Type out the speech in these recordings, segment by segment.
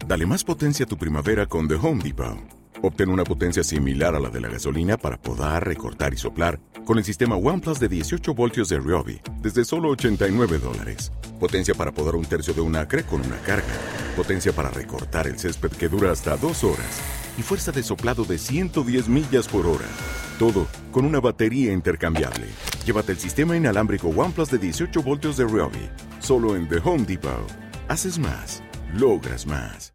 Dale más potencia a tu primavera con The Home Depot. Obtén una potencia similar a la de la gasolina para podar, recortar y soplar con el sistema OnePlus de 18 voltios de Ryobi desde solo $89. Potencia para podar un tercio de un acre con una carga. Potencia para recortar el césped que dura hasta 2 horas. Y fuerza de soplado de 110 millas por hora. Todo con una batería intercambiable. Llévate el sistema inalámbrico OnePlus de 18 voltios de Ryobi. Solo en The Home Depot. Haces más. Logras más.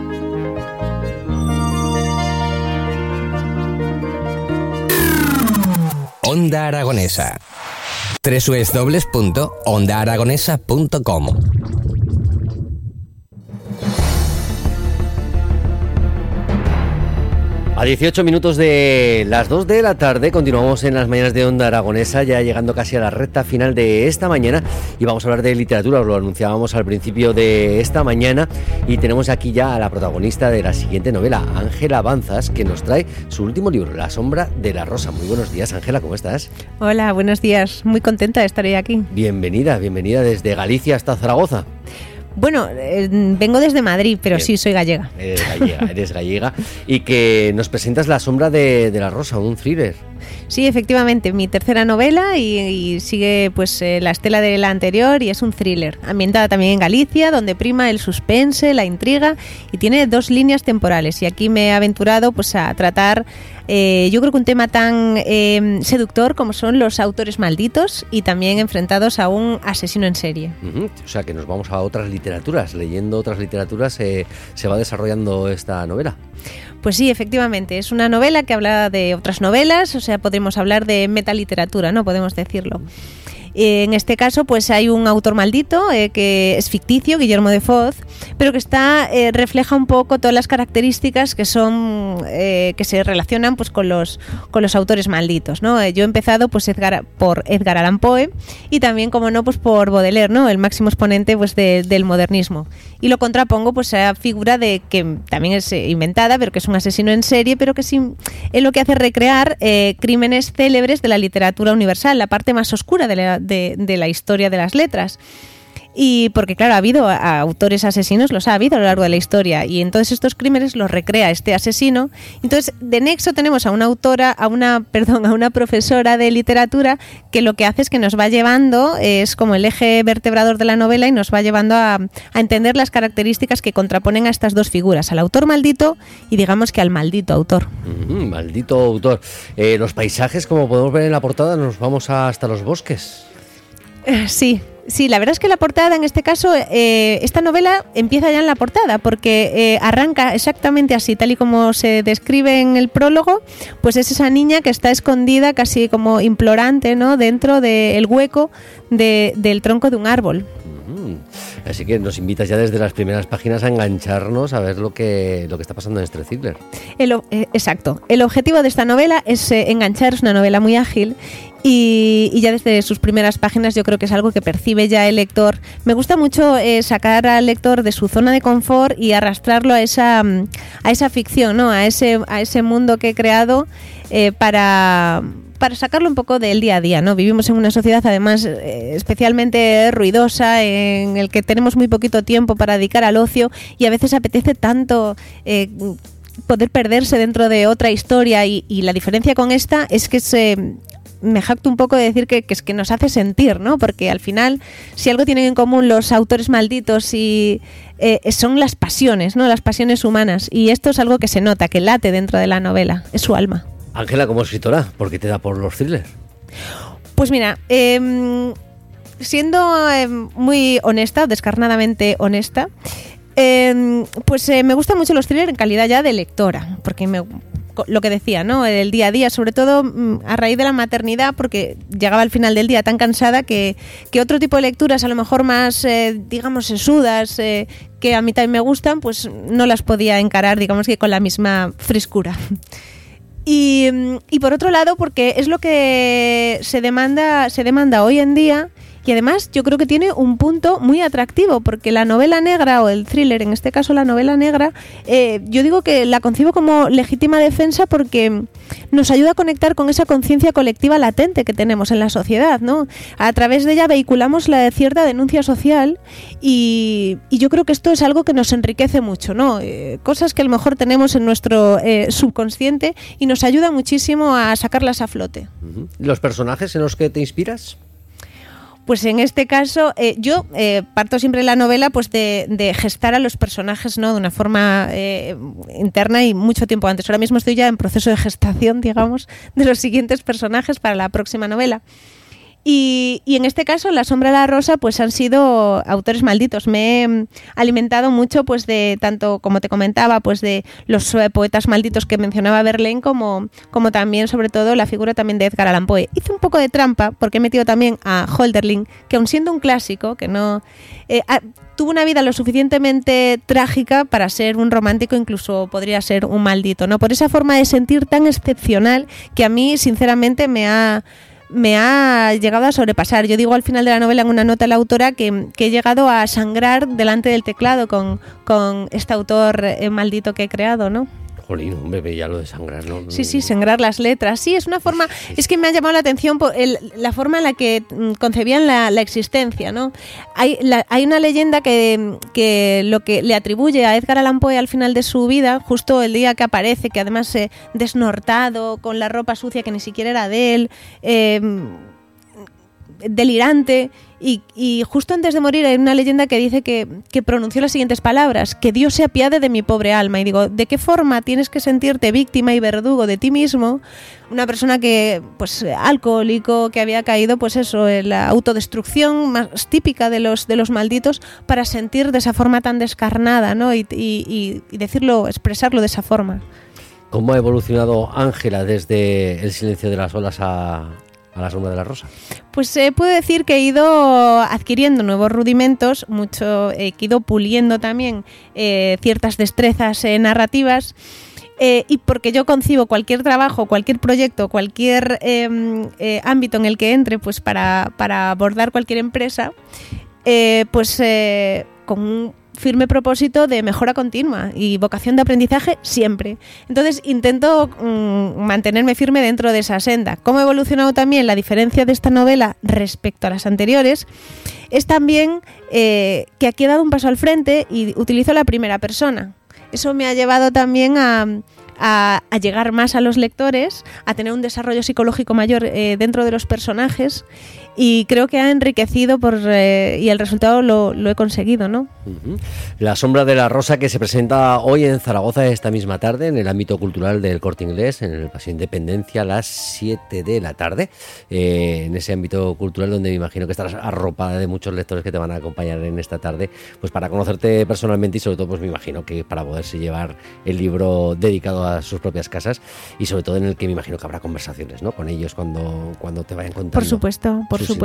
Onda Aragonesa. www.ondaaragonesa.com. A 18 minutos de las 2 de la tarde continuamos en las mañanas de Onda Aragonesa, ya llegando casi a la recta final de esta mañana, y vamos a hablar de literatura. Os lo anunciábamos al principio de esta mañana y tenemos aquí ya a la protagonista de la siguiente novela, Ángela Banzas, que nos trae su último libro, La sombra de la rosa. Muy buenos días, Ángela, ¿cómo estás? Hola, buenos días. Muy contenta de estar hoy aquí. Bienvenida desde Galicia hasta Zaragoza. Bueno, vengo desde Madrid, pero sí, soy gallega. Eres gallega. Y que nos presentas La sombra de la rosa, un thriller. Sí, efectivamente, mi tercera novela y sigue pues la estela de la anterior, y es un thriller, ambientada también en Galicia, donde prima el suspense, la intriga, y tiene 2 líneas temporales. Y aquí me he aventurado pues a tratar, yo creo que un tema tan seductor como son los autores malditos, y también enfrentados a un asesino en serie. O sea que nos vamos a otras literaturas, leyendo otras literaturas se va desarrollando esta novela. Pues sí, efectivamente, es una novela que habla de otras novelas, o sea, podemos hablar de metaliteratura, ¿no? Podemos decirlo. En este caso, pues hay un autor maldito que es ficticio, Guillermo de Foz, pero que refleja un poco todas las características que son que se relacionan pues con los autores malditos, ¿no? Yo he empezado pues por Edgar Allan Poe, y también, como no, pues por Baudelaire, ¿no? El máximo exponente pues del modernismo. Y lo contrapongo pues a figura de que también es inventada, pero que es un asesino en serie, pero que sí, él lo que hace es recrear crímenes célebres de la literatura universal, la parte más oscura de la historia de las letras. Y porque, claro, ha habido autores asesinos, los ha habido a lo largo de la historia, y en todos estos crímenes los recrea este asesino. Entonces, de nexo tenemos a una profesora de literatura que lo que hace es que nos va llevando, es como el eje vertebrador de la novela, y nos va llevando a entender las características que contraponen a estas 2 figuras, al autor maldito y digamos que al maldito autor. Maldito autor. Los paisajes, como podemos ver en la portada, nos vamos hasta los bosques. Sí, la verdad es que la portada, en este caso, esta novela empieza ya en la portada, porque arranca exactamente así, tal y como se describe en el prólogo. Pues es esa niña que está escondida, casi como implorante, ¿no?, dentro del hueco del tronco de un árbol. Así que nos invitas ya desde las primeras páginas a engancharnos a ver lo que está pasando en este thriller. Exacto. El objetivo de esta novela es enganchar. Es una novela muy ágil, y ya desde sus primeras páginas yo creo que es algo que percibe ya el lector. Me gusta mucho sacar al lector de su zona de confort y arrastrarlo a esa ficción, ¿no?, a ese mundo que he creado para sacarlo un poco del día a día, ¿no? Vivimos en una sociedad, además, especialmente ruidosa, en el que tenemos muy poquito tiempo para dedicar al ocio, y a veces apetece tanto poder perderse dentro de otra historia, y la diferencia con esta es que me jacto un poco de decir que es que nos hace sentir, ¿no? Porque al final, si algo tienen en común los autores malditos son las pasiones, ¿no? Las pasiones humanas, y esto es algo que se nota, que late dentro de la novela, es su alma. Ángela, como escritora, ¿por qué te da por los thrillers? Pues mira, siendo muy honesta, descarnadamente honesta, pues me gustan mucho los thrillers en calidad ya de lectora, porque lo que decía, ¿no?, el día a día, sobre todo a raíz de la maternidad, porque llegaba al final del día tan cansada que otro tipo de lecturas, a lo mejor más, digamos, sesudas, que a mí también me gustan, pues no las podía encarar, digamos, que con la misma frescura. Y por otro lado, porque es lo que se demanda hoy en día, y Y además yo creo que tiene un punto muy atractivo, porque la novela negra o el thriller, en este caso la novela negra, yo digo que la concibo como legítima defensa porque nos ayuda a conectar con esa conciencia colectiva latente que tenemos en la sociedad, ¿no? A través de ella vehiculamos la cierta denuncia social y yo creo que esto es algo que nos enriquece mucho, ¿no? Cosas que a lo mejor tenemos en nuestro subconsciente y nos ayuda muchísimo a sacarlas a flote. ¿Los personajes en los que te inspiras? Pues en este caso, yo parto siempre en la novela pues de gestar a los personajes, ¿no? De una forma interna y mucho tiempo antes. Ahora mismo estoy ya en proceso de gestación, digamos, de los siguientes personajes para la próxima novela. Y en este caso, La sombra de la rosa, pues han sido autores malditos. Me he alimentado mucho, pues de tanto, como te comentaba, pues de los poetas malditos que mencionaba Verlaine, como también, sobre todo, la figura también de Edgar Allan Poe. Hice un poco de trampa porque he metido también a Hölderlin, que aun siendo un clásico, que no tuvo una vida lo suficientemente trágica para ser un romántico, incluso podría ser un maldito, ¿no? Por esa forma de sentir tan excepcional que a mí, sinceramente, me ha llegado a sobrepasar. Yo digo al final de la novela en una nota a la autora que he llegado a sangrar delante del teclado con este autor maldito que he creado, ¿no? Jolín, hombre, ya lo de sangrar, ¿no? Sí, sangrar las letras. Sí, es una forma... Es que me ha llamado la atención la forma en la que concebían la existencia, ¿no? Hay una leyenda que lo que le atribuye a Edgar Allan Poe al final de su vida, justo el día que aparece, que además desnortado, con la ropa sucia que ni siquiera era de él, delirante, y justo antes de morir hay una leyenda que dice que pronunció las siguientes palabras: que Dios se apiade de mi pobre alma. Y digo, ¿de qué forma tienes que sentirte víctima y verdugo de ti mismo? Una persona que, pues, alcohólico, que había caído, pues eso, en la autodestrucción más típica de los malditos, para sentir de esa forma tan descarnada, ¿no? Y decirlo, expresarlo de esa forma. ¿Cómo ha evolucionado Ángela desde El silencio de las olas a La sombra de la rosa? Pues puedo decir que he ido adquiriendo nuevos rudimentos, he ido puliendo también ciertas destrezas narrativas, y porque yo concibo cualquier trabajo, cualquier proyecto, cualquier ámbito en el que entre, pues para abordar cualquier empresa, con un firme propósito de mejora continua y vocación de aprendizaje siempre. Entonces intento mantenerme firme dentro de esa senda. ¿Cómo ha evolucionado también la diferencia de esta novela respecto a las anteriores? Es también que aquí he dado un paso al frente y utilizo la primera persona. Eso me ha llevado también a llegar más a los lectores, a tener un desarrollo psicológico mayor dentro de los personajes, y creo que ha enriquecido y el resultado lo he conseguido, ¿no? La sombra de la rosa, que se presenta hoy en Zaragoza esta misma tarde en el ámbito cultural del Corte Inglés, en el Paseo Independencia, a las 7 de la tarde, en ese ámbito cultural donde me imagino que estarás arropada de muchos lectores que te van a acompañar en esta tarde, pues para conocerte personalmente y sobre todo, pues me imagino que para poderse llevar el libro dedicado a sus propias casas, y sobre todo en el que me imagino que habrá conversaciones, ¿no?, con ellos cuando te vayan contando. Por supuesto.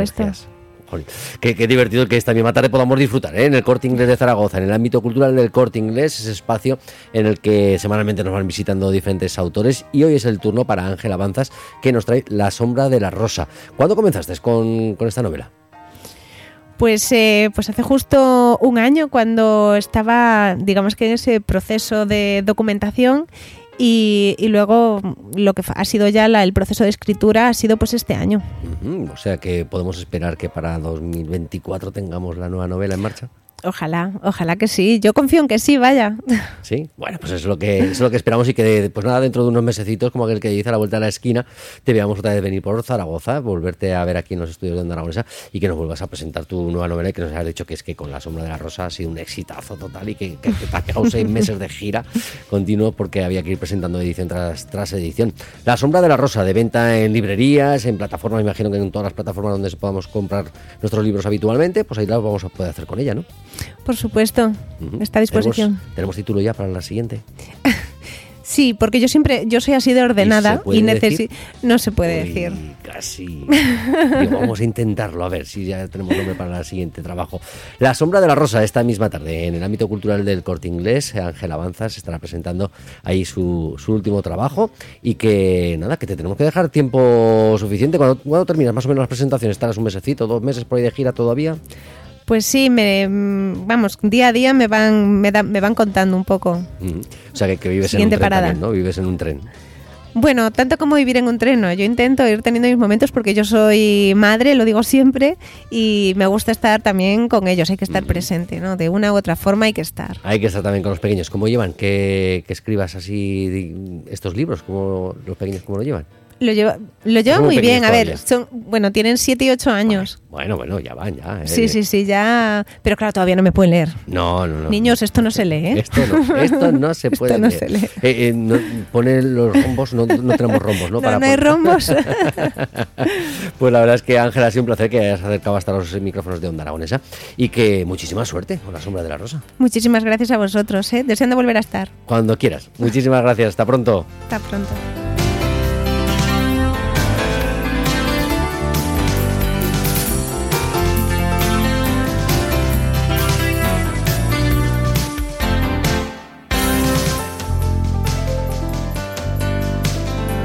Qué divertido que esta misma tarde podamos disfrutar, en el Corte Inglés de Zaragoza, en el ámbito cultural del Corte Inglés, ese espacio en el que semanalmente nos van visitando diferentes autores, y hoy es el turno para Ángela Banzas, que nos trae La sombra de la rosa. ¿Cuándo comenzaste con esta novela? Pues hace justo un año, cuando estaba, digamos que en ese proceso de documentación, y luego lo que ha sido ya el proceso de escritura ha sido pues este año. O sea que podemos esperar que para 2024 tengamos la nueva novela en marcha. Ojalá que sí. Yo confío en que sí, vaya. Sí, bueno, pues es lo que esperamos, y que pues nada, dentro de unos mesecitos, como aquel que dice, a la vuelta de la esquina, te veamos otra vez venir por Zaragoza, volverte a ver aquí en los estudios de Onda Aragonesa, y que nos vuelvas a presentar tu nueva novela, y que nos hayas dicho que es que con La sombra de la rosa ha sido un exitazo total, y que te ha quedado 6 meses de gira continuo, porque había que ir presentando edición tras edición. La sombra de la rosa, de venta en librerías, en plataformas, me imagino que en todas las plataformas donde podamos comprar nuestros libros habitualmente, pues ahí las vamos a poder hacer con ella, ¿no? Por supuesto, está a disposición. ¿Tenemos título ya para la siguiente? Sí, porque yo soy así de ordenada y decir? No se puede Uy, decir. Casi. Digo, vamos a intentarlo, a ver si ya tenemos nombre para el siguiente trabajo. La Sombra de la Rosa, esta misma tarde, en el ámbito cultural del Corte Inglés, Ángela Avanzas estará presentando ahí su último trabajo y que nada, que te tenemos que dejar tiempo suficiente. ¿Cuándo terminas más o menos las presentaciones? ¿Estarás un mesecito, 2 meses por ahí de gira todavía? Pues sí, vamos, día a día me van contando un poco. O sea, que vives Siguiente en un tren parada. también, ¿no? Vives en un tren. Bueno, tanto como vivir en un tren, ¿no? Yo intento ir teniendo mis momentos porque yo soy madre, lo digo siempre, y me gusta estar también con ellos, hay que estar presente, ¿no? De una u otra forma hay que estar. Hay que estar también con los pequeños. ¿Cómo llevan que escribas así estos libros? ¿Los pequeños cómo lo llevan? Lo llevan muy bien, a ver, tienen 7 y 8 años. Bueno, ya van, ya. Sí, ya. Pero claro, todavía no me pueden leer. No. Niños, esto no se lee, ¿eh? Esto no se puede Esto no leer. se lee. Pone los rombos, no tenemos rombos, ¿no? No hay rombos. Pues la verdad es que, Ángela, ha sido un placer que hayas acercado hasta los micrófonos de Onda Aragonesa y que muchísima suerte con La Sombra de la Rosa. Muchísimas gracias a vosotros, deseando volver a estar. Cuando quieras. Muchísimas gracias. Hasta pronto. Hasta pronto.